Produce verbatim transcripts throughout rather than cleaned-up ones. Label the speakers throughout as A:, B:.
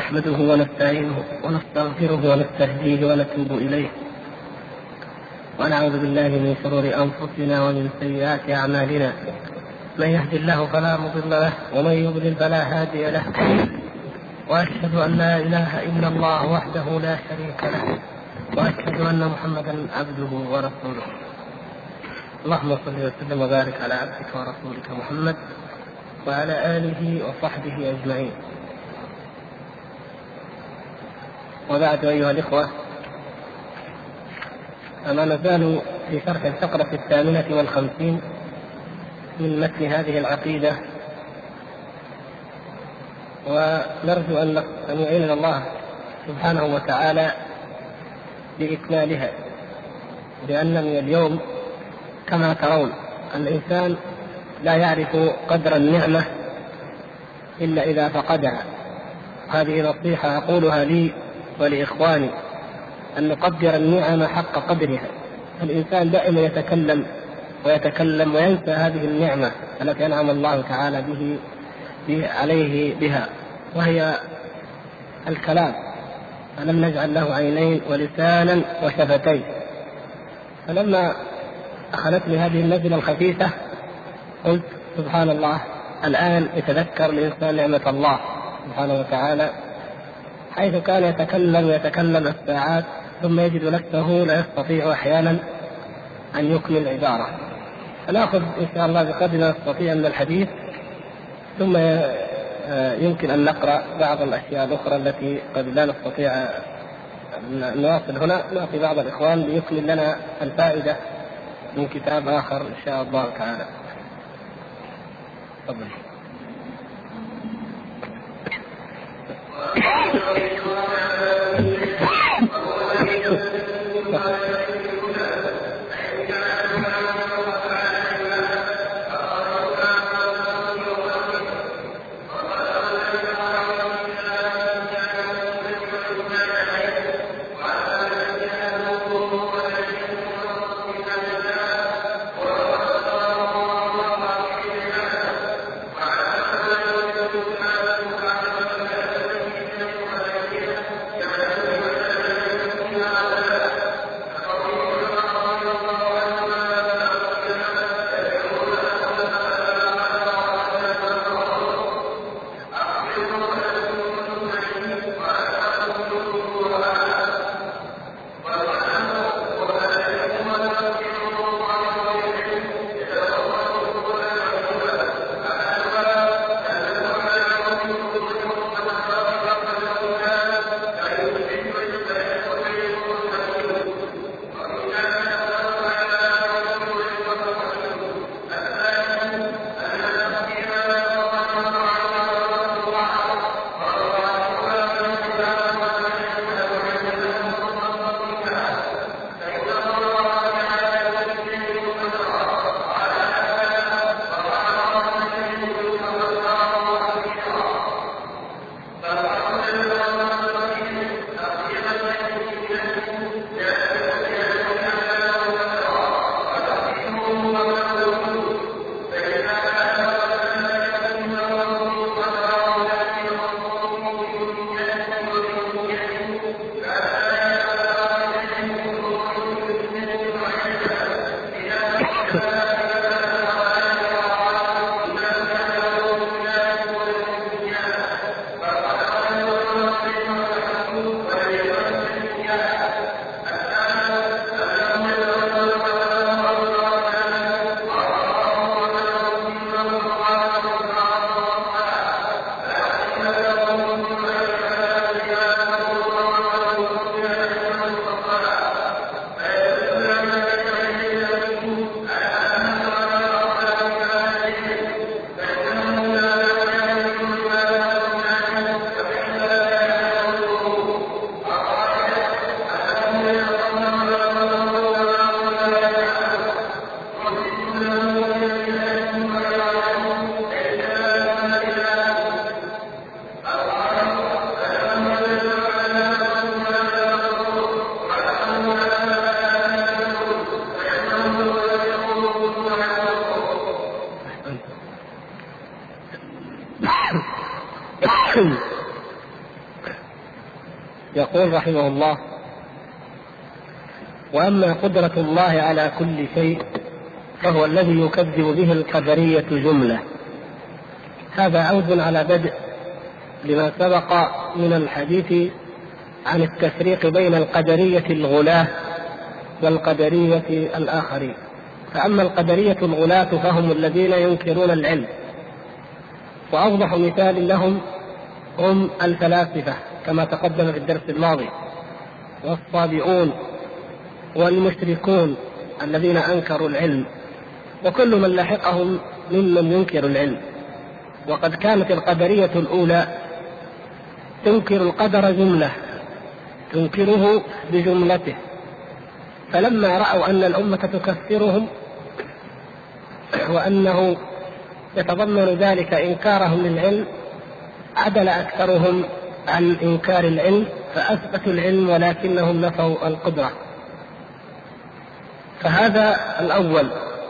A: نحمده ونستعينه ونستغفره ونستهديه ونتوب إليه، ونعوذ بالله من شرور أنفسنا ومن سيئات أعمالنا. من يهد الله فلا مضل له ومن يضلل فلا هادي له، وأشهد أن لا إله إلا الله وحده لا شريك له، وأشهد أن محمدا عبده ورسوله. اللهم صل وسلم وبارك على عبدك ورسولك محمد وعلى آله وصحبه أجمعين. وبعد أيها الإخوة، أما نزال في شرح الفقرة الثامنة والخمسين من متن هذه العقيدة، ونرجو أن يعيننا الله سبحانه وتعالى بإكمالها، لأنني اليوم كما ترون الإنسان لا يعرف قدر النعمة إلا إذا فقدها. هذه نصيحة أقولها لي ولإخواني، أن نقدر النعم حق قدرها. الإنسان دائما يتكلم ويتكلم وينسى هذه النعمة التي أنعم الله تعالى به, به عليه بها، وهي الكلام. ألم نجعل له عينين ولسانا وشفتين. فلما أخذتني هذه النزلة الخفيفة قلت سبحان الله، الآن يتذكر الإنسان نعمة الله سبحانه وتعالى، حيث كان يتكلم ويتكلم الساعات ثم يجد نفسه لا يستطيع أحيانا أن يكمل عبارة. فنأخذ إن شاء الله بقدر ما نستطيع من الحديث، ثم يمكن أن نقرأ بعض الأشياء الأخرى التي قد لا نستطيع أن نواصل هنا. نعطي بعض الإخوان ليكمل لنا الفائدة من كتاب آخر إن شاء الله تعالى. تفضل. يقول رحمه الله: وأما قدرة الله على كل شيء فهو الذي يكذب به القدرية جملة. هذا عود على بدء لما سبق من الحديث عن التفريق بين القدرية الغلاة والقدرية الآخرين. فأما القدرية الغلاة فهم الذين ينكرون العلم، وأوضح مثال لهم هم الفلاسفة كما تقدم في الدرس الماضي، والصابئون والمشركون الذين أنكروا العلم، وكل من لحقهم ممن ينكر العلم. وقد كانت القدرية الأولى تنكر القدر جملة، تنكره بجملته، فلما رأوا أن الأمة تكفرهم وأنه يتضمن ذلك إنكارهم للعلم، عدل أكثرهم عن إنكار العلم فأثبتوا العلم ولكنهم نفوا القدرة. فهذا الأول،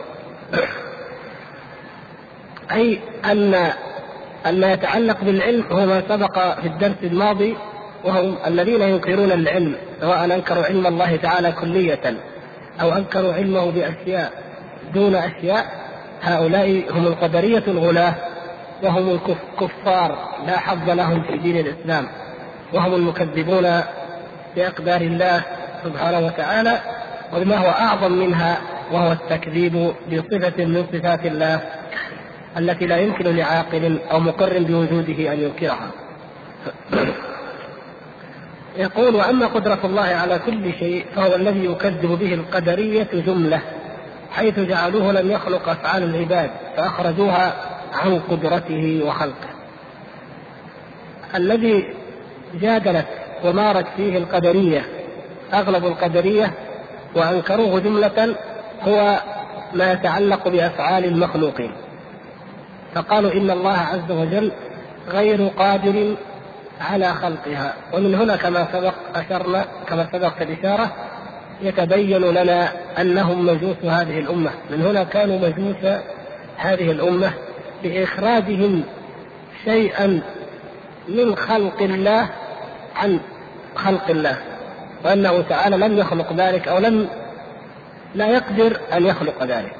A: أي أن ما يتعلق بالعلم هو ما سبق في الدرس الماضي، وهم الذين ينكرون العلم سواء أنكروا علم الله تعالى كلية أو أنكروا علمه بأشياء دون أشياء. هؤلاء هم القدرية الغلاة، وهم الكفار لا حظ لهم في دين الإسلام، وهم المكذبون بأقدار الله سبحانه وتعالى، وما هو أعظم منها وهو التكذيب بصفة من صفات الله التي لا يمكن لعاقل أو مقر بوجوده أن ينكرها. يقول: وأما قدرة الله على كل شيء فهو الذي يكذب به القدرية جملة، حيث جعلوه لم يخلق أفعال العباد فأخرجوها عن قدرته وخلقه. الذي جادلت ومارت فيه القدرية أغلب القدرية وأنكروه جملة هو ما يتعلق بأفعال المخلوقين، فقالوا إن الله عز وجل غير قادر على خلقها. ومن هنا كما سبق أشرنا كما سبق الإشارة يتبين لنا أنهم مجوس هذه الأمة. من هنا كانوا مجوس هذه الأمة بإخراجهم شيئا من خلق الله عن خلق الله، وأنه تعالى لم يخلق ذلك أو لم لا يقدر أن يخلق ذلك.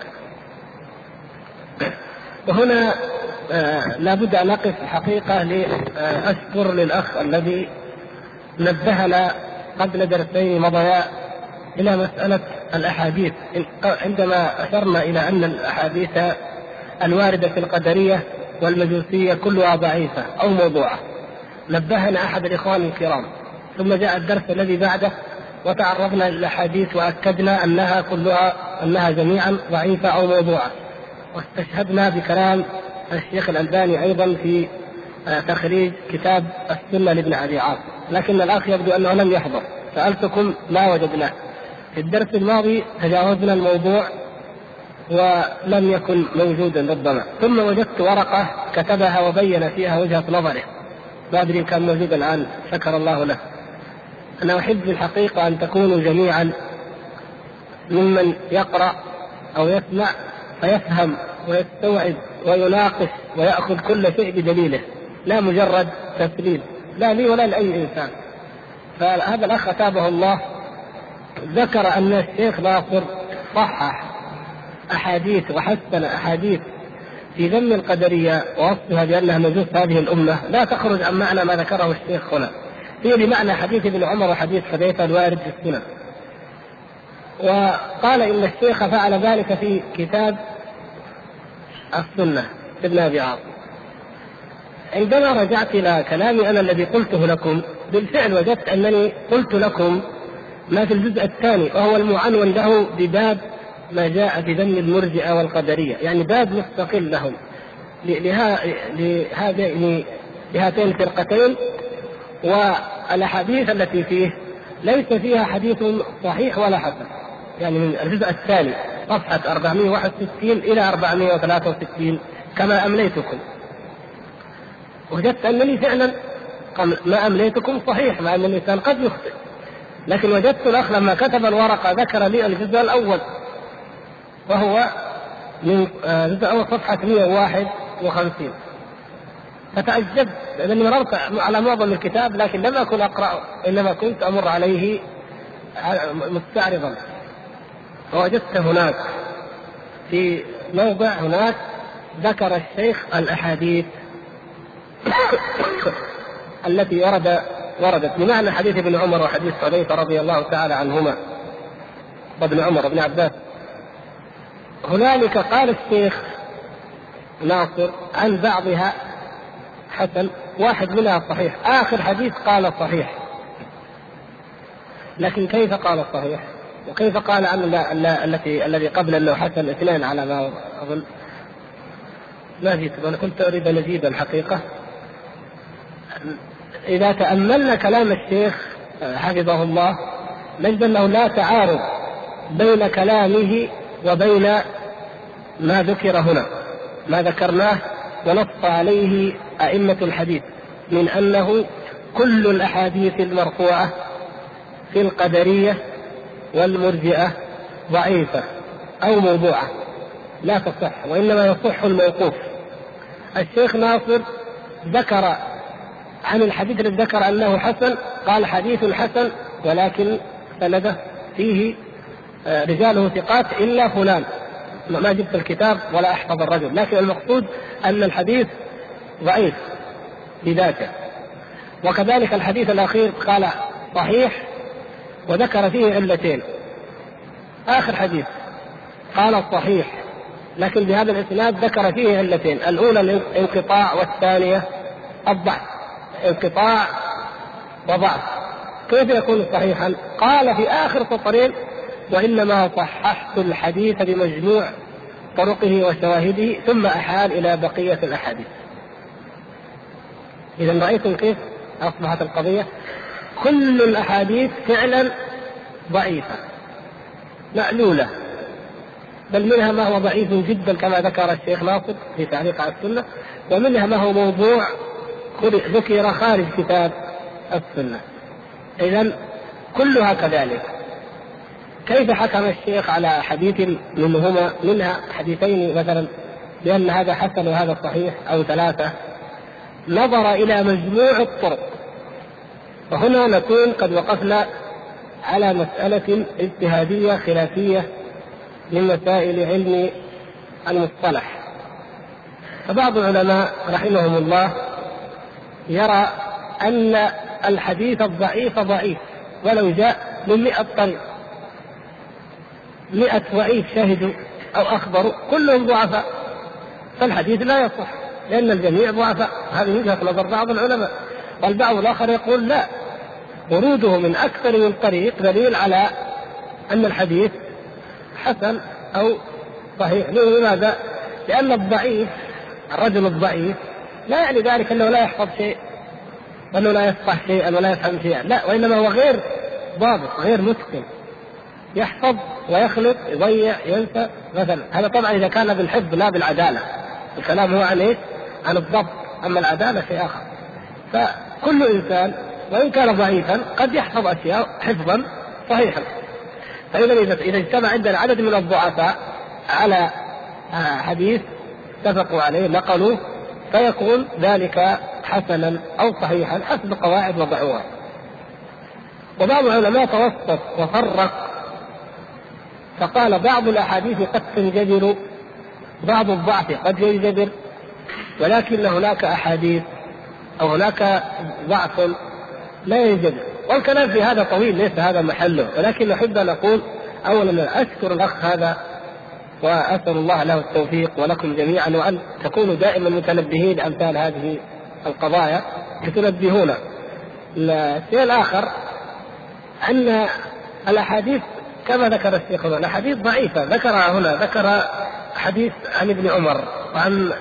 A: وهنا آه لابد أن نقف الحقيقة لأشكر للأخ الذي نبهنا قبل درسين مضيا إلى مسألة الأحاديث، عندما أشرنا إلى أن الأحاديث الواردة في القدرية والمجوسية كلها ضعيفة أو موضوعة. نبهنا أحد الإخوان الكرام، ثم جاء الدرس الذي بعده وتعرضنا للأحاديث وأكدنا أنها كلها أنها جميعا ضعيفة أو موضوعة، واستشهدنا بكلام الشيخ الألباني أيضا في تخريج كتاب السنة لابن أبي عاصم. لكن الأخ يبدو أنه لم يحضر، سألتكم ما وجدناه. في الدرس الماضي تجاوزنا الموضوع ولم يكن موجودا ربما، ثم وجدت ورقة كتبها وبين فيها وجهة نظره، ما أدري إن كان موجود الآن، شكر الله له. أنا أحب الحقيقة أن تكونوا جميعا ممن يقرأ أو يسمع فيفهم ويستوعب ويناقش ويأخذ كل شيء بدليله، لا مجرد تسليم لا لي ولا لأي إنسان. فهذا الأخ أتابه الله ذكر أن الشيخ ناصر صحح أحاديث وحسن أحاديث في ذم القدرية ووصفها بأنها مجوس هذه الأمة لا تخرج عن معنى ما ذكره الشيخ هنا، هي بمعنى حديث ابن عمر وحديث حذيفة الوارد في السنن. وقال إن الشيخ فعل ذلك في كتاب السنة ابن أبي عاصم. عندما رجعت إلى كلامي أنا الذي قلته لكم، بالفعل وجدت أنني قلت لكم ما في الجزء الثاني، وهو المعنون له بباب ما جاء في ذم المرجئة والقدرية، يعني باب مستقل لهم لهذين الفرقتين. والأحاديث التي فيه ليس فيها حديث صحيح ولا حسن، يعني من الجزء الثاني صفحة أربعمائة وواحد وستين إلى أربعمائة وثلاثة وستين كما أمليتكم. وجدت أنني فعلا ما أمليتكم صحيح، مع أن الإنسان قد يخطئ، لكن وجدت الأخ لما كتب الورقة ذكر لي الجزء الأول، وهو من جزء أول صفحة مائة وواحد وخمسين. فتعجبت لأنني مررت على معظم الكتاب لكن لم أكن أقرأ، إنما كنت أمر عليه مستعرضا، فوجدت هناك في موضع هناك ذكر الشيخ الأحاديث التي ورد وردت بمعنى حديث ابن عمر وحديث حذيفة رضي الله تعالى عنهما وابن عمر وابن عباس. هنالك قال الشيخ ناصر عن بعضها حسن، واحد منها صحيح، آخر حديث قال صحيح. لكن كيف قال صحيح وكيف قال عن التي الذي قبل أنه حسن؟ اثنين على ما أظن، ما جيت أنا كنت أريد أن أزيد الحقيقة. إذا تأملنا كلام الشيخ حفظه الله نجد أنه لا تعارض بين كلامه وبين ما ذكر هنا، ما ذكرناه ونص عليه أئمة الحديث من أنه كل الأحاديث المرفوعة في القدرية والمرجئة ضعيفة أو موضوعة لا تصح، وإنما يصح الموقوف. الشيخ ناصر ذكر عن الحديث الذي ذكر أنه حسن قال حديث حسن ولكن سنده فيه رجاله ثقات إلا فلان، ما جبت الكتاب ولا أحفظ الرجل، لكن المقصود أن الحديث ضعيف بذاته. وكذلك الحديث الأخير قال صحيح وذكر فيه علتين، آخر حديث قال صحيح لكن بهذا الإسناد ذكر فيه علتين، الأولى الانقطاع والثانية الضعف، انقطاع وضعف. كيف يكون صحيحا؟ قال في آخر سطرين وإنما صححت الحديث بمجموع طرقه وشواهده ثم أحال إلى بقية الأحاديث. إذا رأيتم كيف أصبحت القضية؟ كل الأحاديث فعلا ضعيفة مألولة، بل منها ما هو ضعيف جدا كما ذكر الشيخ ناصر في تعليق على السنة، ومنها ما هو موضوع ذكر خارج كتاب السنة. إذن كلها كذلك. كيف حكم الشيخ على حديث منهما منها حديثين مثلا بأن هذا حسن وهذا صحيح أو ثلاثة؟ نظر إلى مجموع الطرق. وهنا نكون قد وقفنا على مسألة اجتهادية خلافية من مسائل علم المصطلح. فبعض العلماء رحمهم الله يرى أن الحديث الضعيف ضعيف ولو جاء من مئة طريق، مئة ضعيف شهدوا أو أخبروا كلهم ضعفاء، فالحديث لا يصح لأن الجميع ضعفاء. هذه وجهة نظر بعض العلماء. والبعض الآخر يقول لا، وروده من أكثر من طريق دليل على أن الحديث حسن أو صحيح. لماذا؟ لأن الضعيف الرجل الضعيف لا يعني ذلك أنه لا يحفظ شيء وأنه لا يفقه شيئا ولا يفهم شيئا، لا، وإنما هو غير ضابط غير متقن، يحفظ ويخلط يضيع ينسى مثلا. هذا طبعا إذا كان بالحفظ لا بالعدالة، الكلام هو عن إيه؟ عن الضبط، أما العدالة شيء آخر. فكل إنسان وإن كان ضعيفا قد يحفظ أشياء حفظا صحيحا. فإذا إذا اجتمع عندنا عدد من الضعفاء على حديث اتفقوا عليه نقلوه فيكون ذلك حسنا أو صحيحا حسب قواعد وضعوها. وبعض العلماء توسط وفرق فقال بعض الأحاديث قد تنجبر، بعض الضعف قد ينجبر، ولكن هناك أحاديث أو هناك ضعف لا ينجبر. والكلام في هذا طويل ليس هذا محله، ولكن نحب أن نقول أولا أشكر الأخ هذا وأسأل الله له التوفيق ولكم جميعا، وأن تكونوا دائما متنبهين أمثال هذه القضايا لتنبهونا. الشيء الآخر أن الأحاديث كما ذكر الشيخ هنا الأحاديث ضعيفة ذكرها هنا، ذكر حديث عن ابن عمر وعن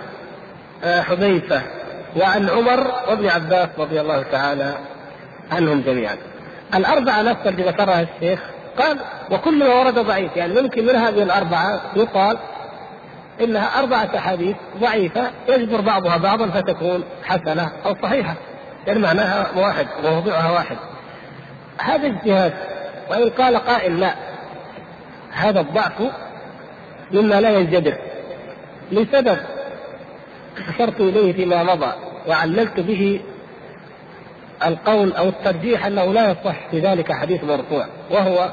A: حذيفة وعن عمر وابن عباس رضي الله تعالى عنهم جميعا. الأربعة نفس اللي ذكرها الشيخ قال وكل ما ورد ضعيف، يعني ممكن من هذه الأربعة يقال إنها أربعة أحاديث ضعيفة يجبر بعضها بعضا فتكون حسنة أو صحيحة، يعني معناها واحد وموضوعها واحد. هذا اجتهاد. وإن قال قائل لا، هذا الضعف مما لا ينجبر لسبب أشرت إليه فيما مضى، وعللت به القول أو الترجيح أنه لا يصح في ذلك حديث مرفوع، وهو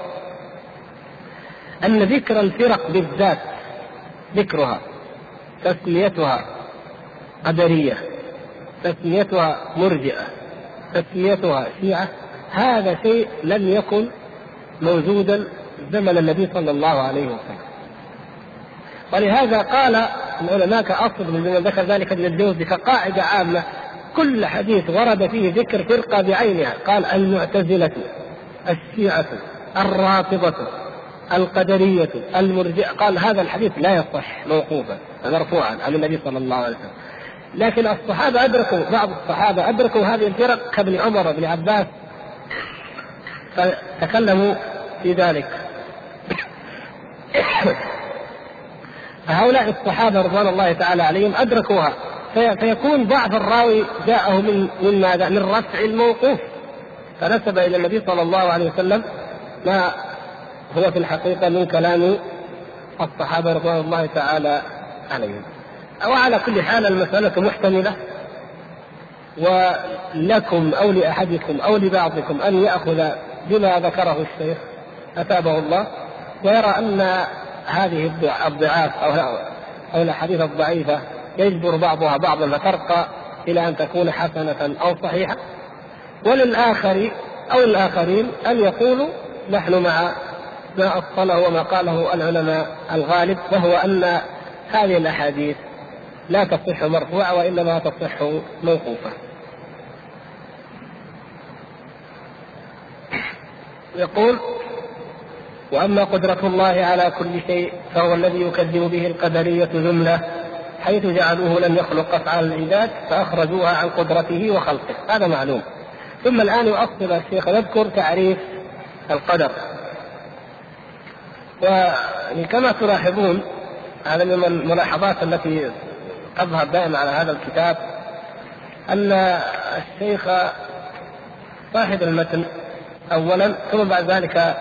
A: أن ذكر الفرق بالذات، ذكرها تسميتها قدرية، تسميتها مرجئة، تسميتها شيعة، هذا شيء لم يكن موجودا زمن النبي صلى الله عليه وسلم. ولهذا قال العلماء كأصل من زمن ذكر ذلك ابن الجوزي كقاعدة عامة: كل حديث ورد فيه ذكر فرقة بعينها، قال المعتزلة، الشيعة، الرافضة، القدرية، المرجئة، قال هذا الحديث لا يصح موقوفا مرفوعا عن النبي صلى الله عليه وسلم. لكن الصحابة أدركوا، بعض الصحابة أدركوا هذه الفرق كابن عمر وابن عباس فتكلموا في ذلك. فهؤلاء الصحابة رضوان الله تعالى عليهم أدركوها، فيكون ضعف الراوي جاءه من من ماذا؟ من رفع الموقوف، فنسب إلى النبي صلى الله عليه وسلم ما هو في الحقيقة من كلام الصحابة رضوان الله تعالى عليهم. وعلى كل حال المسألة محتملة، ولكم أو لأحدكم أو لبعضكم أن يأخذ بما ذكره الشيخ أثابه الله، ويرى أن هذه الضعاف أو الأحاديث الضعيفة يجبر بعضها بعضا فترقى إلى أن تكون حسنة أو صحيحة، وللآخر أو الآخرين أن يقولوا نحن مع ما أصله وما قاله العلماء الغالب، وهو أن هذه الأحاديث لا تصح مرفوعة وإنما تصح موقوفة. يقول: وأما قدرة الله على كل شيء فهو الذي يكذب به القدرية جملة، حيث جعلوه لم يخلق أفعال العباد فأخرجوها عن قدرته وخلقه، هذا معلوم. ثم الآن يؤصل الشيخ يذكر تعريف القدر. وكما تلاحظون هذا من الملاحظات التي تظهر دائما على هذا الكتاب، أن الشيخ صاحب المتن أولا، ثم بعد ذلك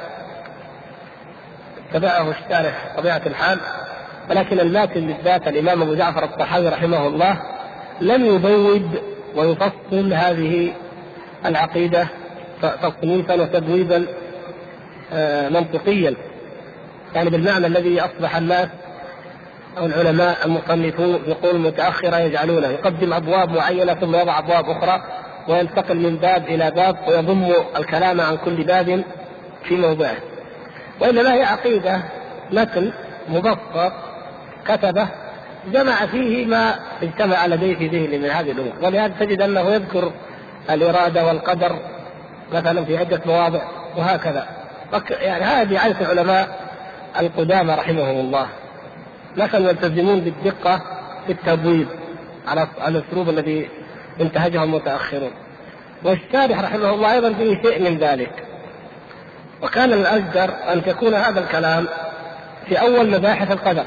A: تبعه الشارح طبيعة الحال، ولكن الماتن بالذات الإمام أبو جعفر الطحاوي رحمه الله لم يبود ويفصل هذه العقيدة تصنيفا وتبويبا منطقيا، يعني بالمعنى الذي أصبح الناس أو العلماء المصنفون يقول متأخرة يجعلونه يقدم أبواب معينة ثم يضع أبواب أخرى وينتقل من باب إلى باب ويضم الكلام عن كل باب في موضعه، وإنما هي عقيدة متن مبسط كتبه جمع فيه ما اجتمع لديه في ذهنه من هذه الأمور. ولهذا تجد أنه يذكر الإرادة والقدر مثلا في عدة مواضع وهكذا. يعني هذه عادة العلماء القدامى رحمهم الله، مثلا يلتزمون بالدقة في التبويب على الأسلوب الذي انتهجه المتأخرون، والشارح رحمه الله أيضا فيه شيء من ذلك. وكان الأجدر أن تكون هذا الكلام في أول مباحث القدر،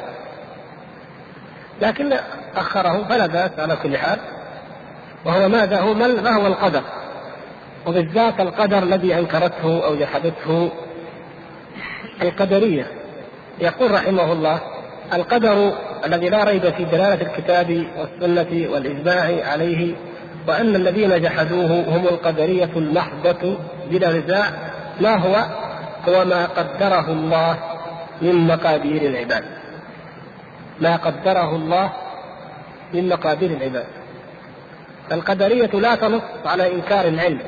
A: لكن أخره فلا بأس على كل حال. وهو ماذا هو ما هو القدر، وبالذات القدر الذي أنكرته أو جحدته القدرية. يقول رحمه الله: القدر الذي لا ريب في دلالة الكتاب والسنة والإجماع عليه، وأن الذين جحدوه هم القدرية المحضة بلا نزاع. ما هو؟ هو ما قدره الله من مقادير العباد، ما قدره الله من مقادير العباد. القدرية لا تنص على إنكار العلم،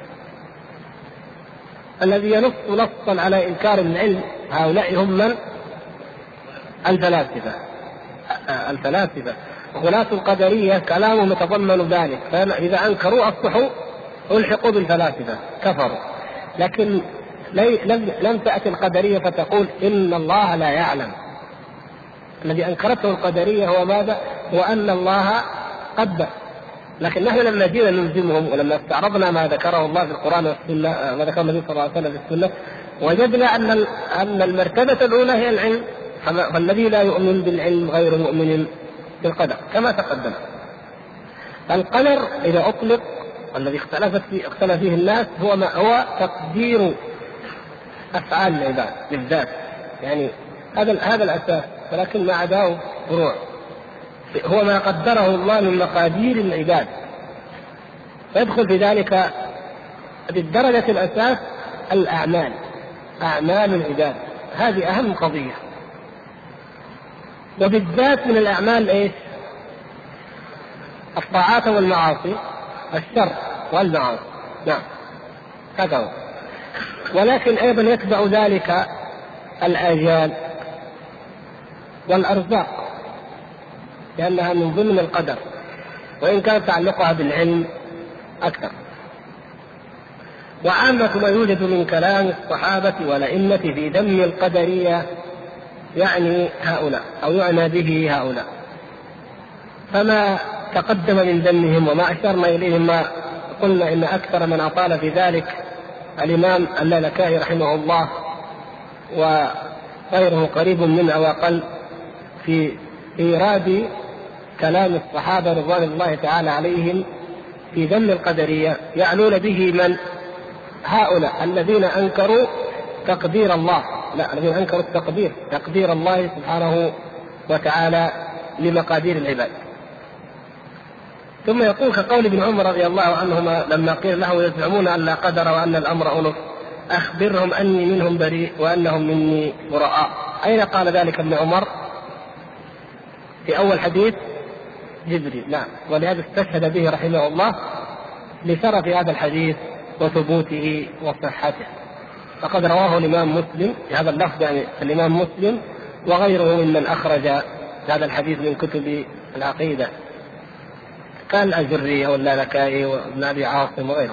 A: الذي ينص نصا على إنكار العلم هؤلاء هم من؟ الفلاسفة. الفلاسفة غلاة القدرية كلامهم يتضمن ذلك، فإذا أنكروا أصبحوا ألحقوا بالفلاسفة كفروا. لكن لم تأتي القدرية فتقول إن الله لا يعلم. الذي أنكرته القدرية هو ماذا؟ هو أن الله قدر. لكن نحن لما جينا نلزمهم ولما استعرضنا ما ذكره الله في القرآن والسنة، ما ذكر النبي صلى الله عليه وسلم في السنة، وجدنا أن أن المرتبة الأولى هي العلم، فالذي لا يؤمن بالعلم غير مؤمن بالقدر كما تقدم. القدر إذا أطلق الذي اختلفت فيه اختلف فيه الناس هو ما هو تقدير أفعال العباد بالذات، يعني هذا هذا الأساس، ولكن ما عداه فروع. هو ما قدره الله من مقادير العباد، فيدخل في ذلك بالدرجة الأساس الأعمال، أعمال العباد، هذه أهم قضية. وبالذات من الأعمال إيش؟ الطاعات والمعاصي، الشر والمعاصي، نعم هذا هو. ولكن أيضا يتبع ذلك الآجال والأرزاق، لأنها من ضمن القدر، وإن كان تعلقها بالعلم أكثر. وعامة ما يوجد من كلام الصحابة والأئمة في ذم القدرية يعني هؤلاء أو يعنى به هؤلاء، فما تقدم من ذمهم وما أشرنا إليه ما قلنا إن أكثر من أطال في ذلك الإمام اللالكائي رحمه الله وغيره قريب منه وأقل في إيراد كلام الصحابة رضوان الله تعالى عليهم في ذم القدرية، يعنون به من؟ هؤلاء الذين أنكروا تقدير الله، لا الذين أنكروا التقدير، تقدير الله سبحانه وتعالى لمقادير العباد. ثم يقول كقول ابن عمر رضي الله عنهما لما قيل له يزعمون أن لا قدر وأن الأمر أنف، أخبرهم أني منهم بريء وأنهم مني براء. أين قال ذلك ابن عمر؟ في أول حديث جبريل، نعم، ولهذا استشهد به رحمه الله لشرف هذا الحديث وثبوته وصحته. فقد رواه الإمام مسلم بهذا اللفظ، يعني الإمام مسلم وغيره ممن أخرج هذا الحديث من كتب العقيدة كان الأجري واللالكائي وابن أبي عاصم وغيرهم.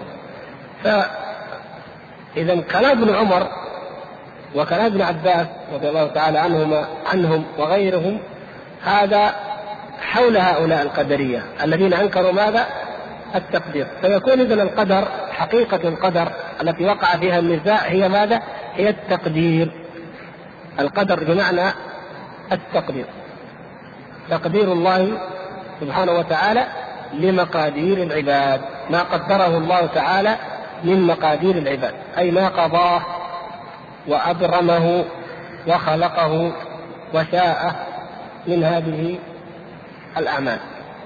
A: فإذا كلام ابن عمر وكلام ابن عباس رضي الله تعالى عنهما عنهم وغيرهم هذا حول هؤلاء القدرية الذين أنكروا ماذا؟ التقدير. فيكون إذن القدر، حقيقة القدر التي وقع فيها النزاع هي ماذا؟ هي التقدير. القدر بمعنى التقدير، تقدير الله سبحانه وتعالى لمقادير العباد، ما قدره الله تعالى من مقادير العباد، أي ما قضاه وأبرمه وخلقه وشاءه من هذه الأعمال.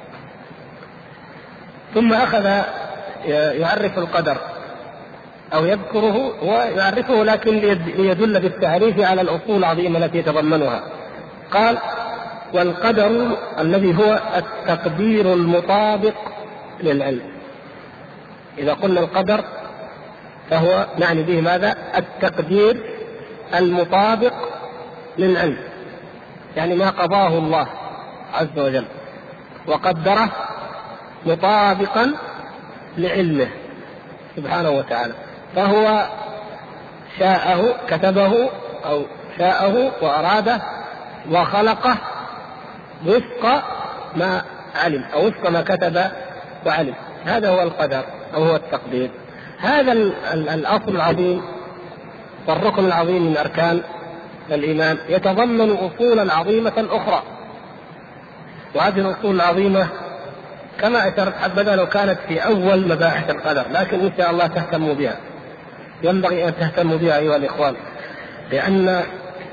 A: ثم أخذ يعرف القدر أو يذكره ويعرفه، لكن ليدل بالتعريف على الأصول العظيمة التي يتضمنها. قال: والقدر الذي هو التقدير المطابق للعلم. إذا قلنا القدر فهو نعني به ماذا؟ التقدير المطابق للعلم، يعني ما قضاه الله عز وجل وقدره مطابقا لعلمه سبحانه وتعالى، فهو شاءه كتبه أو شاءه وأراده وخلقه وفق ما علم أو وفق ما كتب وعلم. هذا هو القدر أو هو التقدير. هذا الأصل العظيم والركن العظيم من أركان الإيمان يتضمن أصولا عظيمة أخرى، وهذه الأصول العظيمة كما أشرت حبذا لو كانت في أول مباحث القدر، لكن إن شاء الله تهتموا بها، ينبغي أن تهتموا بها أيها الإخوان، لأن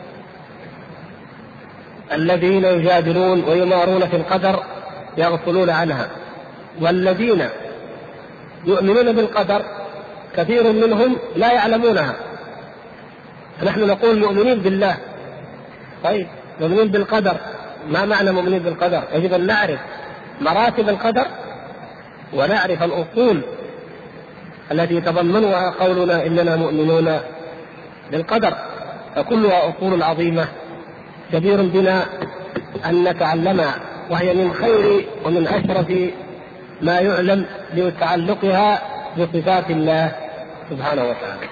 A: الذين يجادلون ويمارون في القدر يغفلون عنها، والذين يؤمنون بالقدر كثير منهم لا يعلمونها. فنحن نقول مؤمنين بالله، طيب مؤمنين بالقدر، ما معنى مؤمنين بالقدر؟ يجب أن نعرف مراتب القدر ونعرف الأصول التي يتضمنها قولنا إننا مؤمنون بالقدر، فكلها أصول عظيمة كبير بنا أن نتعلمها، وهي من خير ومن أشرف ما يعلم لتعلقها بصفات الله سبحانه وتعالى.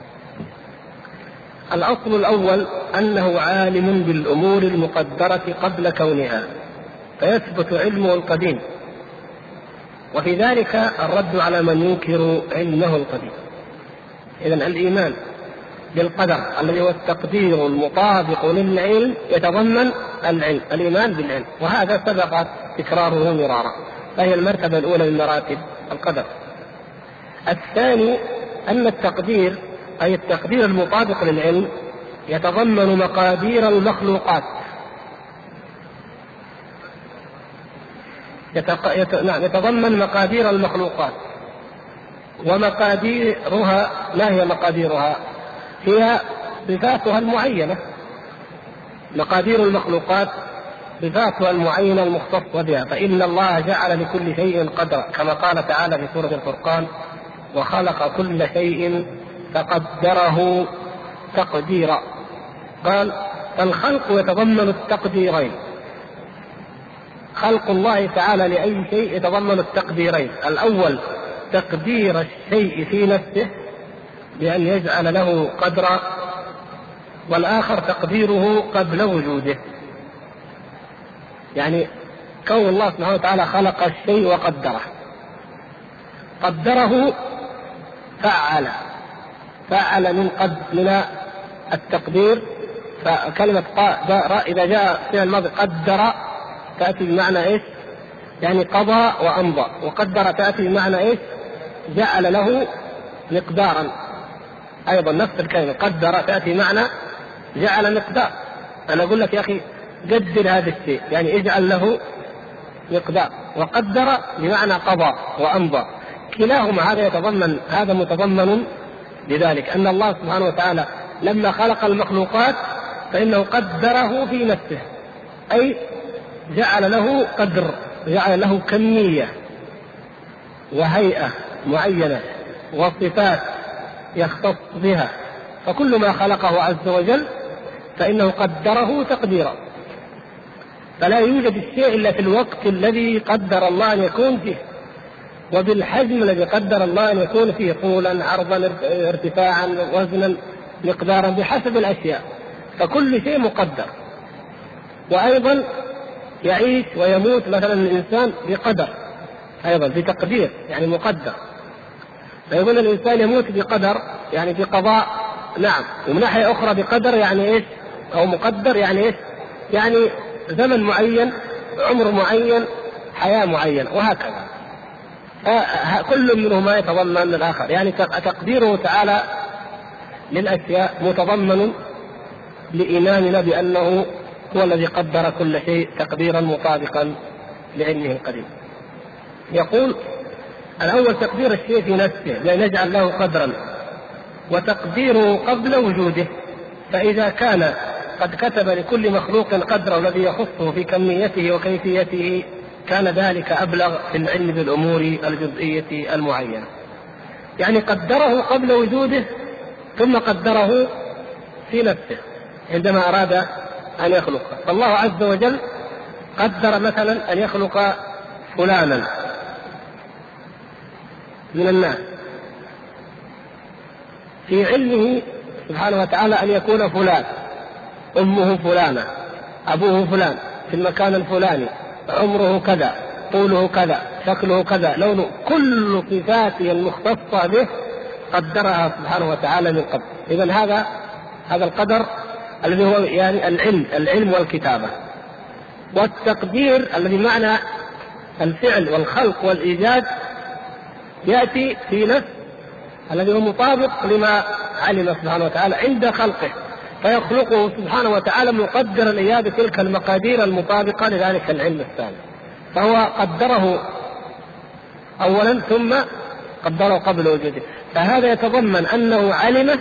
A: الأصل الأول أنه عالم بالأمور المقدرة قبل كونها، فيثبت علمه القديم، وفي ذلك الرد على من ينكر علمه القديم. إذن الإيمان بالقدر الذي هو التقدير المطابق للعلم يتضمن العلم، الإيمان بالعلم، وهذا سبق تكراره مرارا، فهي المرتبة الأولى من مراتب القدر. الثاني أن التقدير أي التقدير المطابق للعلم يتضمن مقادير المخلوقات، يتق... يت... نعم يتضمن مقادير المخلوقات، ومقاديرها ما هي مقاديرها؟ هي صفاتها المعينة. مقادير المخلوقات صفاتها المعينة المختصة بها، فإن الله جعل لكل شيء قدرا، كما قال تعالى في سورة الفرقان: وخلق كل شيء فقدره تقديرا. قال: فالخلق يتضمن التقديرين. خلق الله تعالى لأي شيء يتضمن التقديرين: الأول تقدير الشيء في نفسه بأن يجعل له قدرا، والآخر تقديره قبل وجوده. يعني كون الله سبحانه وتعالى خلق الشيء وقدره. قدره فعل فعل من قد من التقدير. فكلمة إذا جاء في الماضي قدر تأتي بمعنى إيش؟ يعني قضى وأمضى. وقدر تأتي بمعنى إيش؟ جعل له مقدارا. أيضا نفس الكلمة قدر تأتي بمعنى جعل مقدار. أنا أقول لك يا أخي قدر هذا الشيء، يعني اجعل له مقدار. وقدر بمعنى قضى وأمضى. كلاهما هذا يتضمن هذا متضمن لذلك أن الله سبحانه وتعالى لما خلق المخلوقات فإنه قدره في نفسه، أي جعل له قدر، جعل له كمية وهيئة معينة وصفات يختص بها. فكل ما خلقه عز وجل فإنه قدره تقديرا. فلا يوجد الشيء إلا في الوقت الذي قدر الله أن يكون فيه، وبالحجم الذي قدر الله أن يكون فيه، طولا عرضا ارتفاعا وزنا مقدارا بحسب الأشياء. فكل شيء مقدر. وأيضا يعيش ويموت مثلا الإنسان بقدر، أيضا بتقدير يعني مقدر. فيقول الإنسان يموت بقدر يعني بقضاء، نعم. ومن ناحية أخرى بقدر يعني إيش؟ أو مقدر يعني إيش؟ يعني زمن معين، عمر معين، حياة معينة، وهكذا. كل منهما يتضمن الآخر. يعني تقديره تعالى للأشياء متضمن لإيماننا بأنه هو الذي قدر كل شيء تقديرا مطابقا لعلمه القديم. يقول: الأول تقدير الشيء في نفسه بأن يجعل له قدرا، وتقديره قبل وجوده. فإذا كان قد كتب لكل مخلوق قدره الذي يخصه في كميته وكيفيته كان ذلك أبلغ في العلم بالأمور الجزئية المعينة. يعني قدره قبل وجوده ثم قدره في نفسه عندما أراد أن يخلقه. فالله عز وجل قدر مثلا أن يخلق فلانا من الناس في علمه سبحانه وتعالى أن يكون فلان، أمه فلانة، أبوه فلان، في المكان الفلاني، عمره كذا، طوله كذا، شكله كذا، لونه، كل صفاته المختصة به قدرها سبحانه وتعالى من قبل. إذن هذا هذا القدر الذي هو يعني العلم العلم والكتابة. والتقدير الذي معنى الفعل والخلق والإيجاد يأتي في نفس الذي هو مطابق لما علم سبحانه وتعالى عند خلقه، فيخلقه سبحانه وتعالى مقدرا إياه بتلك المقادير المطابقة لذلك العلم الثاني. فهو قدره أولا ثم قدره قبل وجوده. فهذا يتضمن أنه علمه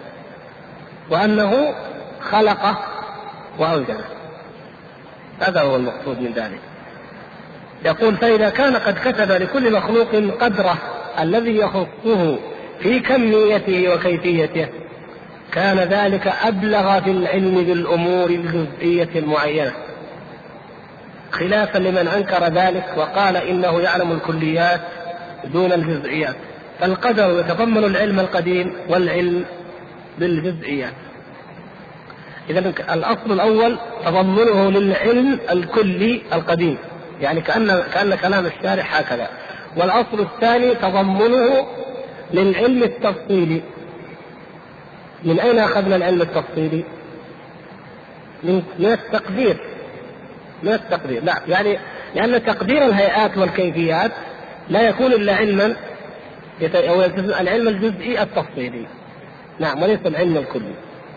A: وأنه خلقه وأوجده. هذا هو المقصود من ذلك. يقول: فإذا كان قد كتب لكل مخلوق قدره الذي يخصه في كميته وكيفيته كان ذلك أبلغ في العلم بالأمور الجزئية المعينة، خلافا لمن أنكر ذلك وقال إنه يعلم الكليات دون الجزئيات. فالقدر يتضمن العلم القديم والعلم بالجزئيات. إذن الأصل الأول تضمنه للعلم الكلي القديم، يعني كأن كأن كلام الشارح هكذا. والأصل الثاني تضمنه للعلم التفصيلي. من أين أخذنا العلم التفصيلي؟ من التقدير من التقدير لا يعني لأن تقدير الهيئات والكيفيات لا يكون إلا علما أو العلم الجزئي التفصيلي، نعم، وليس العلم الكلي.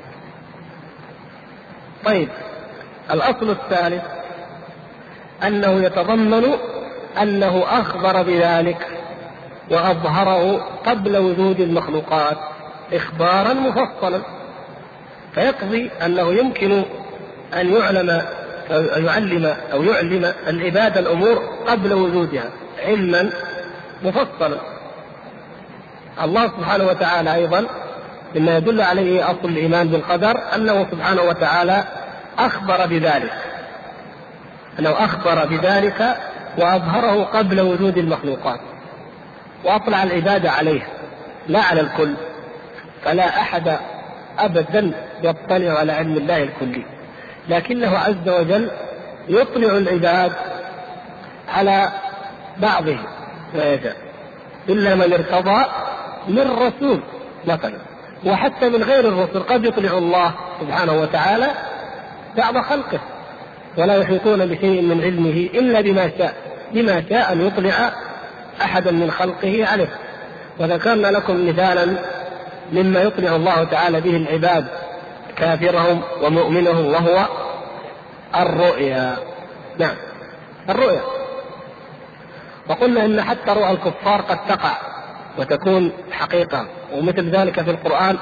A: طيب، الأصل الثالث أنه يتضمن أنه أخبر بذلك وأظهره قبل وجود المخلوقات إخبارا مفصلا، فيقضي أنه يمكن أن يعلم أو يعلم أو يعلم العباد الأمور قبل وجودها علما مفصلا. الله سبحانه وتعالى أيضا مما يدل عليه أصل الإيمان بالقدر أنه سبحانه وتعالى أخبر بذلك، أنه أخبر بذلك وأظهره قبل وجود المخلوقات، وأطلع العباد عليه لا على الكل، فلا أحد أبدا يطلع على علم الله الكلي، لكنه عز وجل يطلع العباد على بعضه ما يشاء، إلا من ارتضى من رسول مثلا، وحتى من غير الرسل قد يطلع الله سبحانه وتعالى بعض خلقه ولا يحيطون بشيء من علمه إلا بما شاء، بما شاء أن يطلع أحدا من خلقه عليه. وذكرنا لكم مثالا مما يطلع الله تعالى به العباد كافرهم ومؤمنهم، وهو الرؤيا. نعم الرؤيا، وقلنا إن حتى رؤى الكفار قد تقع وتكون حقيقة، ومثل ذلك في القرآن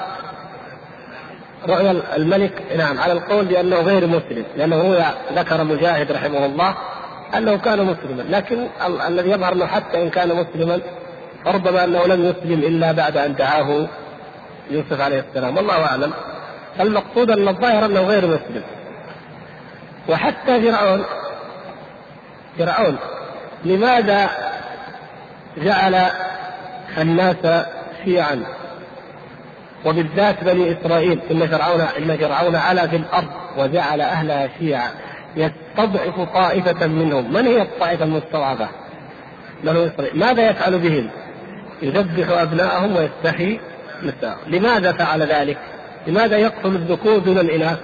A: رؤيا الملك نعم على القول بأنه غير مسلم، لأنه هو ذكر مجاهد رحمه الله أنه كان مسلما، لكن ال- الذي يظهر له حتى إن كان مسلما فربما أنه لم يسلم إلا بعد أن دعاه يوسف عليه السلام، والله أعلم. المقصود أن الظاهر أنه غير مسلم. وحتى فرعون فرعون لماذا جعل الناس شيعا، وبالذات بني إسرائيل؟ إن فرعون إن فرعون علا في الأرض وجعل أهلها شيعا يستضعف طائفة منهم. من هي الطائفة المستضعفة؟ بني إسرائيل. ماذا يفعل بهم؟ يذبح أبناءهم ويستحيي نساءهم. لماذا فعل ذلك؟ لماذا يقتل الذكور دون الإناث؟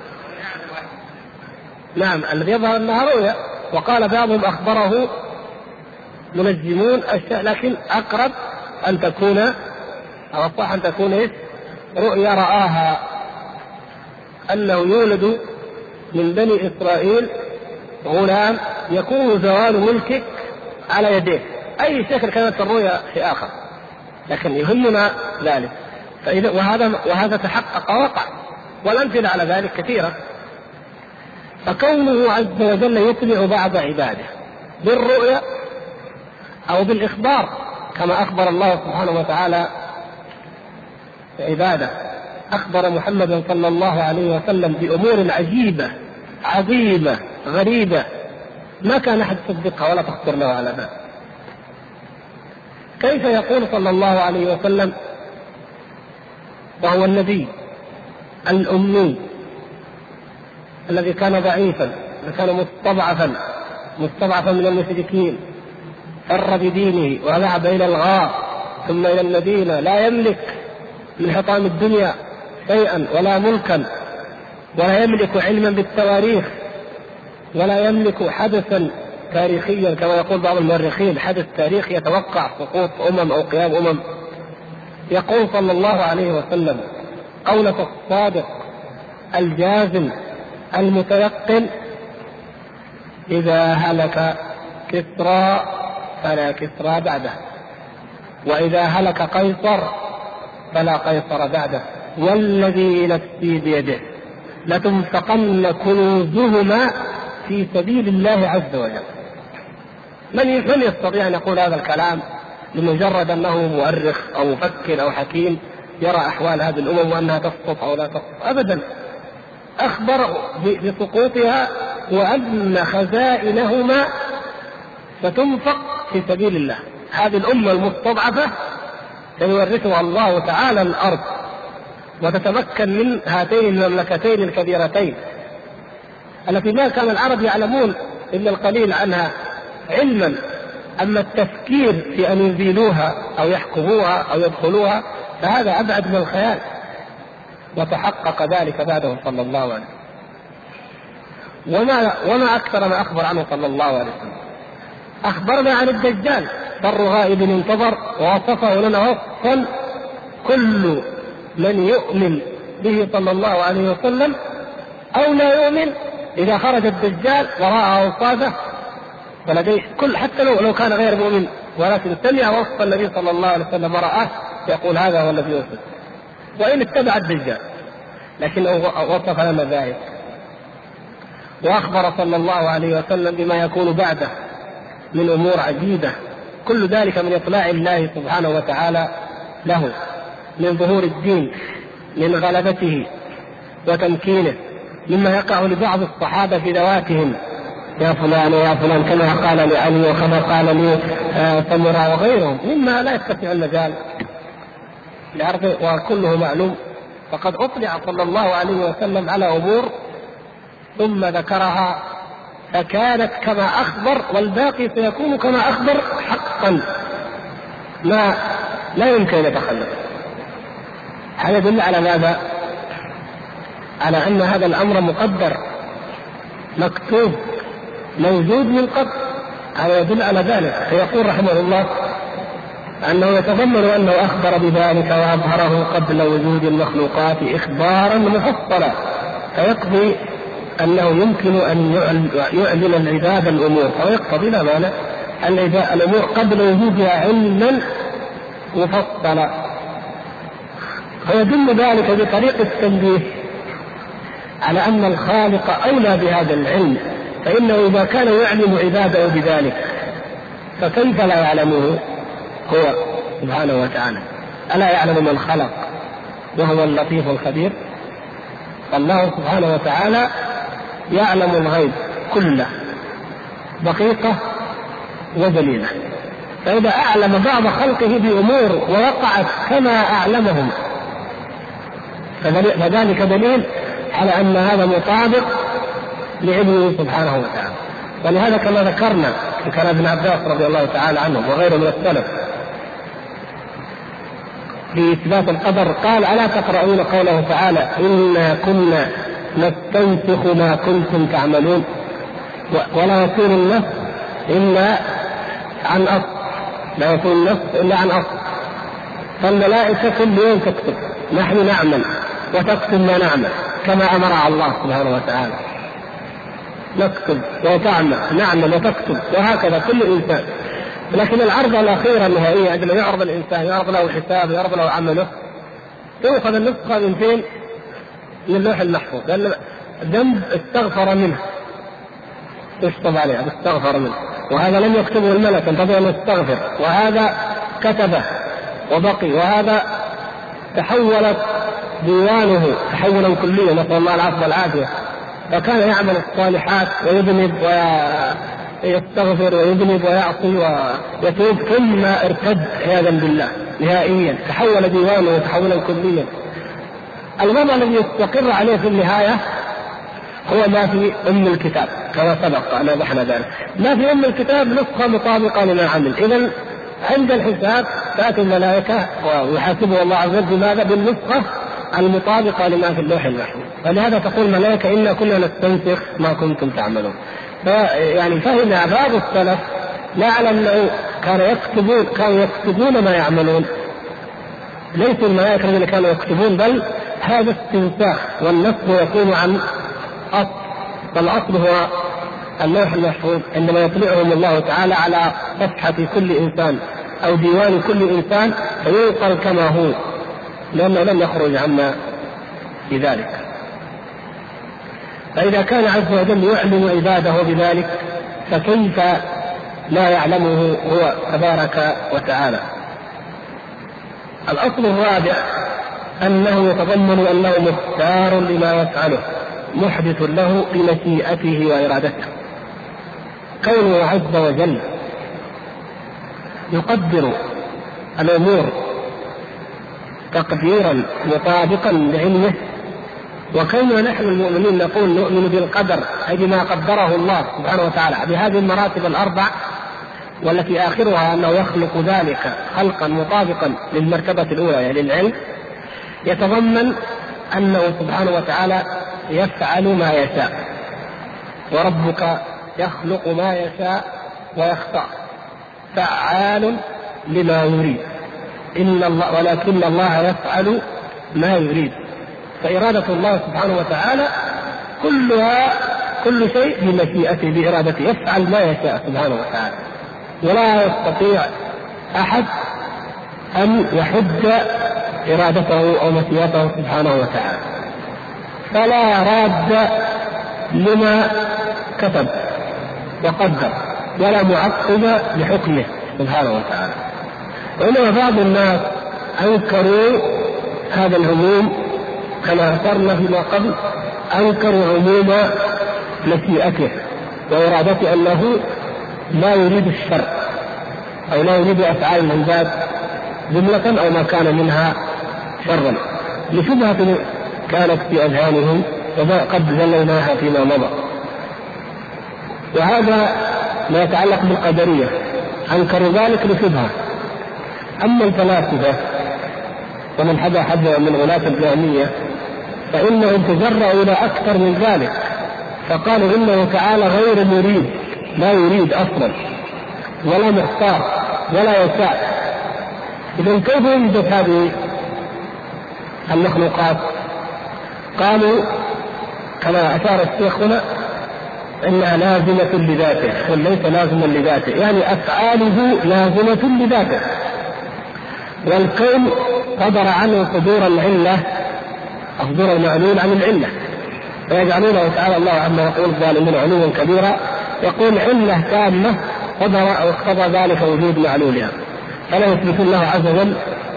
A: نعم الذي يظهر أنها رؤيا، وقال بعضهم أخبره منجمون أشياء، لكن أقرب أن تكون أو الصح أن تكون إيه؟ رؤيا رآها، أنه يولد من بني إسرائيل غلام يكون زوال ملكه على يديه. أي شكل كانت الرؤيا في آخر، لكن يهمنا ذلك. فإذا وهذا وهذا تحقق وقع، والأمثلة على ذلك كثيرة. فكونه عز وجل يطلع بعض عباده بالرؤيا أو بالإخبار، كما أخبر الله سبحانه وتعالى عباده، أخبر محمد صلى الله عليه وسلم بأمور عجيبة عظيمة غريبة ما كان أحد يصدقها ولا تخطر له على بال. كيف يقول صلى الله عليه وسلم وهو النبي الأمي الذي كان ضعيفا وكان مستضعفا مستضعفا من المشركين، فر بدينه وذهب إلى الغار ثم إلى المدينة، لا يملك من حطام الدنيا شيئا ولا ملكا، ولا يملك علما بالتواريخ، ولا يملك حدثا تاريخيا كما يقول بعض المؤرخين، حدث تاريخي يتوقع سقوط أمم أو قيام أمم. يقول صلى الله عليه وسلم قولة الصادق الجازم المتيقن: إذا هلك كسرى فلا كسرى بعده، وإذا هلك قيصر فلا قيصر بعده، والذي نفسي بيده لتنفقن كنوزهما في سبيل الله عز وجل. من من يستطيع أن يقول هذا الكلام لمجرد أنه مؤرخ أو مفكر أو حكيم يرى أحوال هذه الأمم وأنها تسقط أو لا تسقط؟ أبدا. أخبر بسقوطها وأن خزائنهما ستنفق في سبيل الله. هذه الأمة المستضعفة سيورثها الله تعالى الأرض وتتمكن من هاتين المملكتين الكبيرتين التي ما كان العرب يعلمون إلا القليل عنها علما. أما التفكير في أن يزيلوها أو يحكموها أو يدخلوها فهذا أبعد من الخيال، وتحقق ذلك بعده صلى الله عليه وسلم. وما, وما أكثر ما أخبر عنه صلى الله عليه وسلم. أخبرنا عن الدجال بر غائب انتظر، ووصفه لنا وصفا كل من يؤمن به صلى الله عليه وسلم أو لا يؤمن إذا خرج الدجال وراء أوصافه فلديه كل، حتى لو, لو كان غير مؤمن ولكن سمع وصف النبي صلى الله عليه وسلم ورآه يقول هذا هو الذي وصف، وإن اتبع الدجال لكنه وصف لنا ذلك. وأخبر صلى الله عليه وسلم بما يكون بعده من أمور عجيبة، كل ذلك من إطلاع الله سبحانه وتعالى له، من ظهور الدين، من غلبته وتمكينه، مما يقع لبعض الصحابة في ذواتهم، يا فلان يا فلان كما قال لعلي وكما قال لي سمرة وغيرهم، مما لا يستطيع المجال لعرضه وكله معلوم. فقد أطلع صلى الله عليه وسلم على أمور ثم ذكرها فكانت كما أخبر، والباقي سيكون كما أخبر حقا، ما لا يمكن أن يتخلف. هذا يدل على ماذا؟ على أن هذا الأمر مقدر مكتوب موجود من قبل. هذا يدل على ذلك. فيقول رحمه الله أنه يتضمن أنه أخبر بذلك وأظهره قبل وجود المخلوقات إخبارا مفصلا، فيقضي أنه يمكن أن يعلن العباد الأمور، أو يقتضي لا مانع الأمور قبل وجودها علما مفصلا. فيدل ذلك بطريق التنبيه على أن الخالق أولى بهذا العلم، فإنه إذا كان يعلم عباده بذلك فكيف لا يعلمه هو سبحانه وتعالى؟ ألا يعلم من خلق وهو اللطيف الخبير؟ الله سبحانه وتعالى يعلم الغيب كله دقيقة وجليلة، فإذا أعلم بعض خلقه بأمور ووقعت كما أعلمهم فذلك دليل على أن هذا مطابق لعلمه سبحانه وتعالى. ولهذا كما ذكرنا في كلام ابن عباس رضي الله تعالى عنه وغيره من السلف في إثبات القدر، قال ألا تقرؤون قوله تعالى إنا كنا نستنسخ ما كنتم تعملون ولا يكون النفس إلا عن أصل، لا يكون النفس إلا عن أصل. فالملائكة كل يوم تكتب، نحن نعمل وتكتب ما نعمل كما أمر الله سبحانه وتعالى، نكتب وتعمل نعمل وتكتب، وهكذا كل إنسان. لكن العرض الأخيرة النهائية عندما يعرض الإنسان، يعرض له الحساب، يعرض له عمله، يأخذ النسخة من فين؟ من اللوح المحفوظ، لأن ذنب استغفر منه يشطب عليه استغفر منه، وهذا لم يكتبه الملك انتظر أن يستغفر، وهذا كتبه وبقي، وهذا تحولت ديوانه تحولا كليا نسأل الله العفو والعافية، فكان يعمل الصالحات ويذنب ويستغفر ويذنب ويعصي ويتوب ثم ارتد عياذا بالله نهائيا، تحول ديوانه تحولا كليا. الوضع الذي يستقر عليه في النهاية هو ما في أم الكتاب كما سبق أنا وضحنا ذلك، ما في أم الكتاب نسخة مطابقة لما عمل. إذن عند الحساب تأتي الملائكة ويحاسبه الله عز وجل بماذا؟ بالنسخة المطابقة لما في اللوح المحفوظ. فلهذا تقول الملائكة إنا كنا نستنسخ ما كنتم تعملون. يعني فهم بعض السلف لا على أنه كانوا يكتبون كانوا يكتبون ما يعملون، ليس الملائكة الذين كانوا يكتبون، بل هذا استنساخ، والنسخ يكون عن أصل، فالأصل هو اللوح المحفوظ عندما يطلعهم الله تعالى على صفحة كل إنسان أو ديوان كل إنسان فينقل كما هو، لأنه لم يخرج عما في ذلك. فإذا كان عز وجل يعلم عباده بذلك فكيف لا يعلمه هو تبارك وتعالى؟ الأصل الرابع أنه يتضمن أنه مختار لما يفعله، محدث له بمشيئته وإرادته. كونه عز وجل يقدر الأمور تقديرا مطابقا لعلمه، وكوننا نحن المؤمنين نقول نؤمن بالقدر أي بما قدره الله سبحانه وتعالى بهذه المراتب الأربع، والتي آخرها أنه يخلق ذلك خلقا مطابقا للمرتبة الأولى يعني العلم، يتضمن أنه سبحانه وتعالى يفعل ما يشاء، وربك يخلق ما يشاء ويختار، فعال لما يريد، إن الله ولكن الله يفعل ما يريد. فإرادة الله سبحانه وتعالى كلها كل شيء بمشيئته بإرادته، يفعل ما يشاء سبحانه وتعالى. ولا يستطيع أحد أن يحد إرادته أو مشيئته سبحانه وتعالى، فلا راد لما كتب وقدر ولا معقب لحكمه سبحانه وتعالى. وإنما بعض الناس أنكروا هذا العموم كما أثرنا فيما قبل، أنكروا عموم مشيئته وإرادته، أنه لا يريد الشر أو لا يريد أفعال العباد جملة أو ما كان منها شرا، لشبهة كانت في أذهانهم وقد زليناها فيما مضى. وهذا ما يتعلق بالقدرية، أنكروا ذلك لشبهة. أما الفلاسفة ومن حدا حدا من غلاة الجهمية فإنهم تجرؤوا إلى أكثر من ذلك، فقالوا إنه تعالى غير مريد، لا يريد أصلا ولا مختار ولا يشاء. إذن كيف يوجد هذه المخلوقات؟ قالوا كما أشار الشيخ هنا إنها لازمة لذاته، وليس لازما لذاته، يعني أفعاله لازمة لذاته، والكون قدر عنه صدور العلة أصدر المعلول عن العلة، فيجعلونه تعالى الله عما يقول الظالمين علوا كبيرا، يقول علة تامة قدر أو اقتضى ذلك وجود معلولها، فلا يثبت الله عز وجل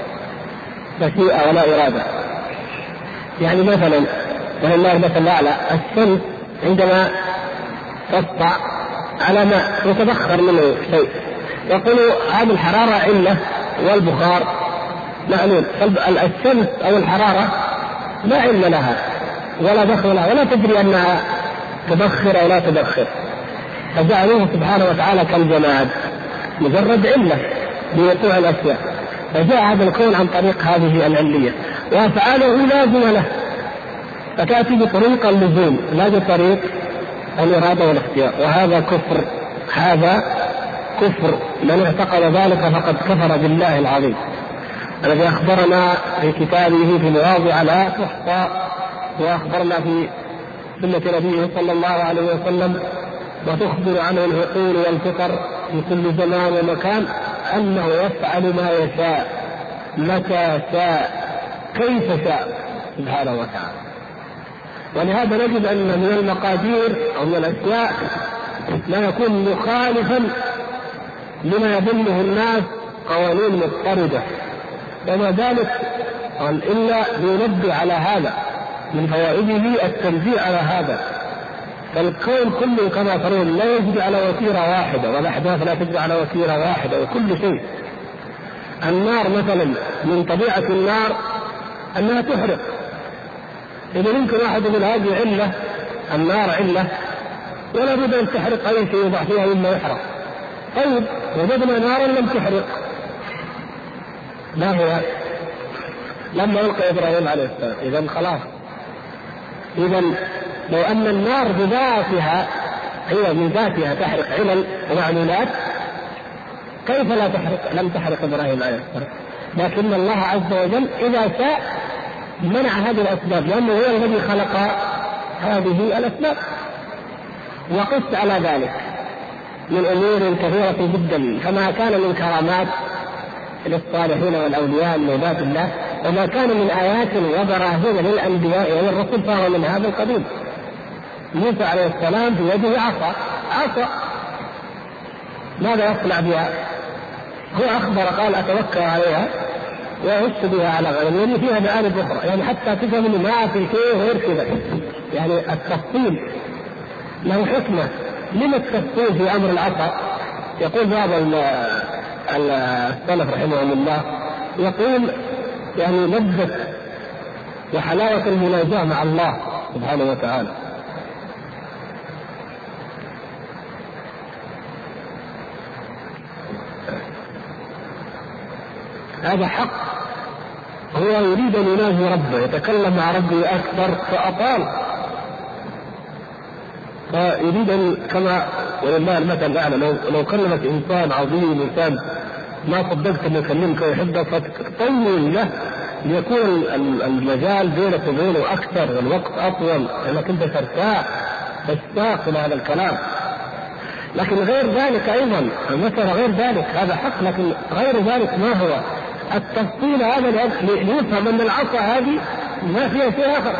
A: مشيئة ولا إرادة. يعني مثلا ولله المثل الأعلى، الشمس عندما تسطع على ماء يتبخر منه شيء، يقول هذه الحرارة علة والبخار معلول. الشمس أو الحرارة لا علة لها ولا دخل لها ولا تدري أنها تبخر أو لا تبخر، فجعلوه سبحانه وتعالى كالجماد مجرد علة لوقوع الأشياء، فجاء هذا الكون عن طريق هذه العلية، وأفعاله لازم له، فتأتي بطريق اللزوم لا بطريق الإرادة والاختيار، وهذا كفر. هذا كفر، من اعتقد ذلك فقد كفر بالله العظيم الذي أخبرنا في كتابه في مواضع لا تحصى، وأخبرنا في سنة نبيه صلى الله عليه وسلم وتخبر عنه العقول والفطر في كل زمان ومكان أنه يفعل ما يشاء متى شاء كيف شاء سبحانه وتعالى. ولهذا نجد أن من المقادير أو من الأشياء ما يكون مخالفا لما يظنه الناس قوانين مضطردة، وما ذلك إلا لينبه على هذا، من فوائده التنبيه على هذا. فالكون كله كما ترون لا يجري على وتيرة واحدة، والأحداث لا تجري على وتيرة واحدة، وكل شيء. النار مثلا من طبيعة النار أنها تحرق، إذا يمكن واحد من هذه علة، النار علة ولا بد أن تحرق أي شيء يضع فيها مما يحرق. طيب وجدنا نارا لم تحرق، ما هو؟ لما ألقى إبراهيم عليه السلام، إذا خلاص. إذا لو أن النار بذاتها هي من ذاتها تحرق علل ومعلولات، كيف لا تحرق؟ لم تحرق إبراهيم عليه السلام. لكن الله عز وجل إذا شاء منع هذه الأسباب، لأنه هو الذي خلق هذه الأسباب. وقس على ذلك من أمور كثيرة جدا، كما كان من كرامات للصالحين والأولياء من عباد الله، وما كان من آيات وبراهين للأنبياء والرسل فهو من هذا القبيل. موسى عليه السلام في يده عصا، عصا ماذا يصنع بها؟ هو أخبر قال أتوكل عليها وأهش بها على غنمي، فيها مآرب أخرى، يعني حتى تفهم ما في شيء غير كذا. يعني التفصيل له حكمة. لما التفصيل في أمر العصا؟ يقول بعض السلف رحمهم الله، يقول يعني لذة وحلاوة المناجاة مع الله سبحانه وتعالى. هذا حق، هو يريد أن يناجي ربه، يتكلم مع ربه أكثر فأطال، فيريد أن كما ولله المثل الأعلى، لو, لو كلمت إنسان عظيم، إنسان ما صدقت أن يكلمك ويحبك فتطول له ليكون المجال بينك وبينه أكثر والوقت أطول، لأنك أنت ترتاح تشتاق إلى هذا الكلام. لكن غير ذلك أيضا المسألة غير ذلك هذا حق، لكن غير ذلك ما هو التفصيل هذا ليفهم أن العصا هذه ما فيها شيء آخر،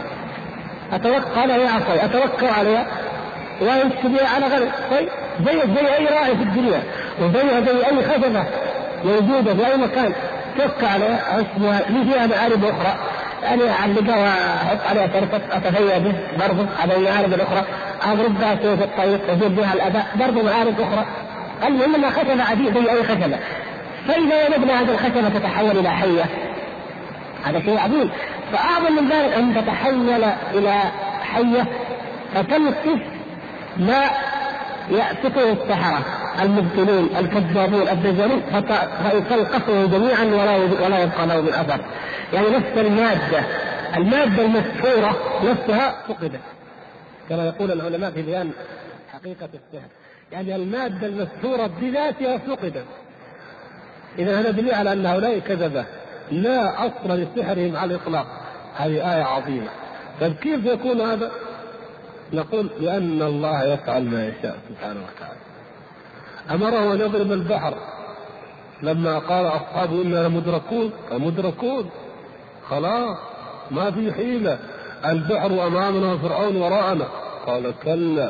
A: أتوقع عليها عصاي أتوكل عليها ويمشي بها على غير طيب زي زي أي راعي في الدنيا، وزيها زي أي خشبة موجودة في أي مكان توكل عليها اسمها لي فيها معارب أخرى، يعني أعلقها وأحط عليها تركة أتفيأ به برضه على المعارب الأخرى، أضرب بها سيف الطريق أجيب بها الأداء برضه معارب أخرى. المهم أنها خشبة عادية زي أي خشبة، فإذا وجدنا هذه الخشبة تتحول إلى حية هذا شيء عظيم. فأعظم من ذلك أن تتحول إلى حية فتنقص ما يأتكه السحرة المبطلون الكذابون الدجالون فتلقفه جميعا ولا ولا يبقى له من أثر. يعني نفس المادة المادة المسحورة نفسها فقدت كما يقول العلماء في بيان حقيقة السحر، يعني المادة المسحورة بذاتها فقدت. إذا هذا دليل على أن هؤلاء كذبة لا أصل لسحرهم على الإطلاق. هذه آية عظيمة. فكيف يكون هذا؟ نقول لأن الله يفعل ما يشاء سبحانه وتعالى. أمره أن يضرب البحر لما قال أصحابه إننا مدركون مدركون خلاص ما في حيلة، البحر أمامنا وفرعون وراءنا، قال كلا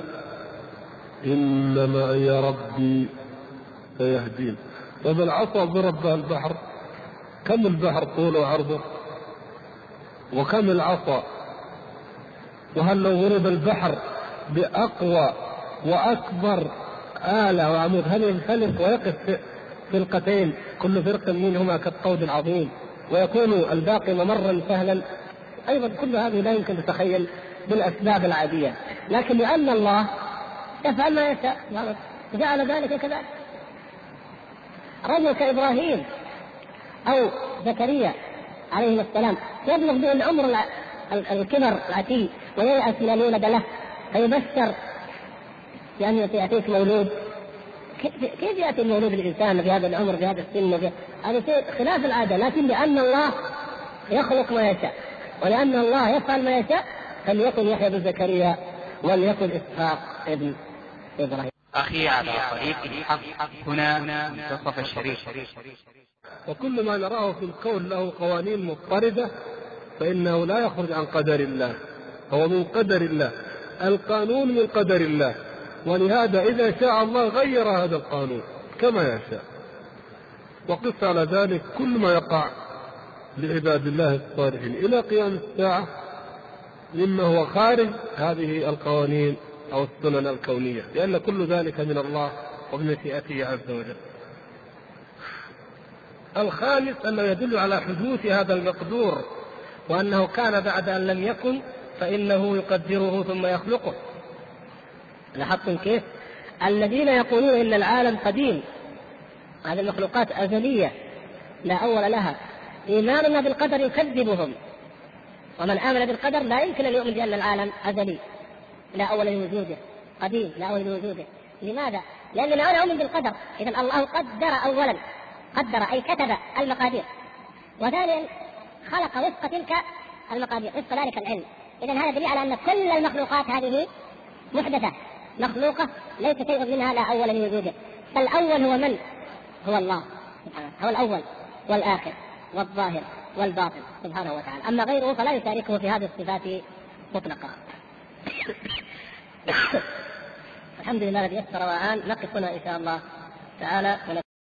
A: إن معي ربي سيهدين. فبالعصا ضرب بها البحر. كم البحر طوله وعرضه؟ وكم العصا؟ وهل لو ضرب البحر بأقوى وأكبر آلة وعمود هل ينفلق ويقف فرقتين كل فرق منهما كالطود العظيم ويكون الباقي ممرا سهلا؟ أيضا كل هذه لا يمكن تتخيل بالأسباب العادية، لكن لأن الله يفعل ما يشاء جعل ذلك كذلك. رجل كإبراهيم أو زكريا عليه السلام يبلغ به العمر الكبر العتيد وييأس من أن يولد له فيبشر يعني يأتيك مولود. كيف يأتي المولود الإنسان في هذا العمر في هذا السن؟ هذا شيء خلاف العادة، لكن لأن الله يخلق ما يشاء ولأن الله يفعل ما يشاء فليكن يحيى بن زكريا وليكن إسحاق ابن إبراهيم.
B: أخي على طريق الحق هنا منتصف الشريف.
C: وكل ما نراه في الكون له قوانين مضطردة فإنه لا يخرج عن قدر الله، هو من قدر الله، القانون من قدر الله، ولهذا إذا شاء الله غير هذا القانون كما يشاء. وقف على ذلك كل ما يقع لعباد الله الصالحين إلى قيام الساعة مما هو خارج هذه القوانين أو السنن الكونية، لأن كل ذلك من الله وبمشيئته عز وجل. الخامس أنه يدل على حدوث هذا المقدور، وأنه كان بعد أن لم يكن فإنه يقدره ثم يخلقه. لاحظتم كيف؟ الذين يقولون إن العالم قديم، هذه المخلوقات أزلية لا أول لها، إيماننا بالقدر يكذبهم، ومن آمن بالقدر لا يمكن أن يؤمن بأن العالم أزلي لا أول لوجوده قديم لا أول لوجوده. لماذا؟ لأننا لا نؤمن بالقدر. إذن الله قدر أولا، قدر أي كتب المقادير، وثانيا خلق وفق تلك المقادير وفق ذلك العلم. إذن هذا دليل على أن كل المخلوقات هذه محدثة مخلوقة ليس شيء منها لا أول لوجوده. فالأول هو من؟ هو الله سبحانه، هو الأول والآخر والظاهر والباطن سبحانه وتعالى. أما غيره فلا يشاركه في هذه الصفات مطلقا. الحمد لله الذي يسر وأعان. نقف هنا إن شاء الله تعالى.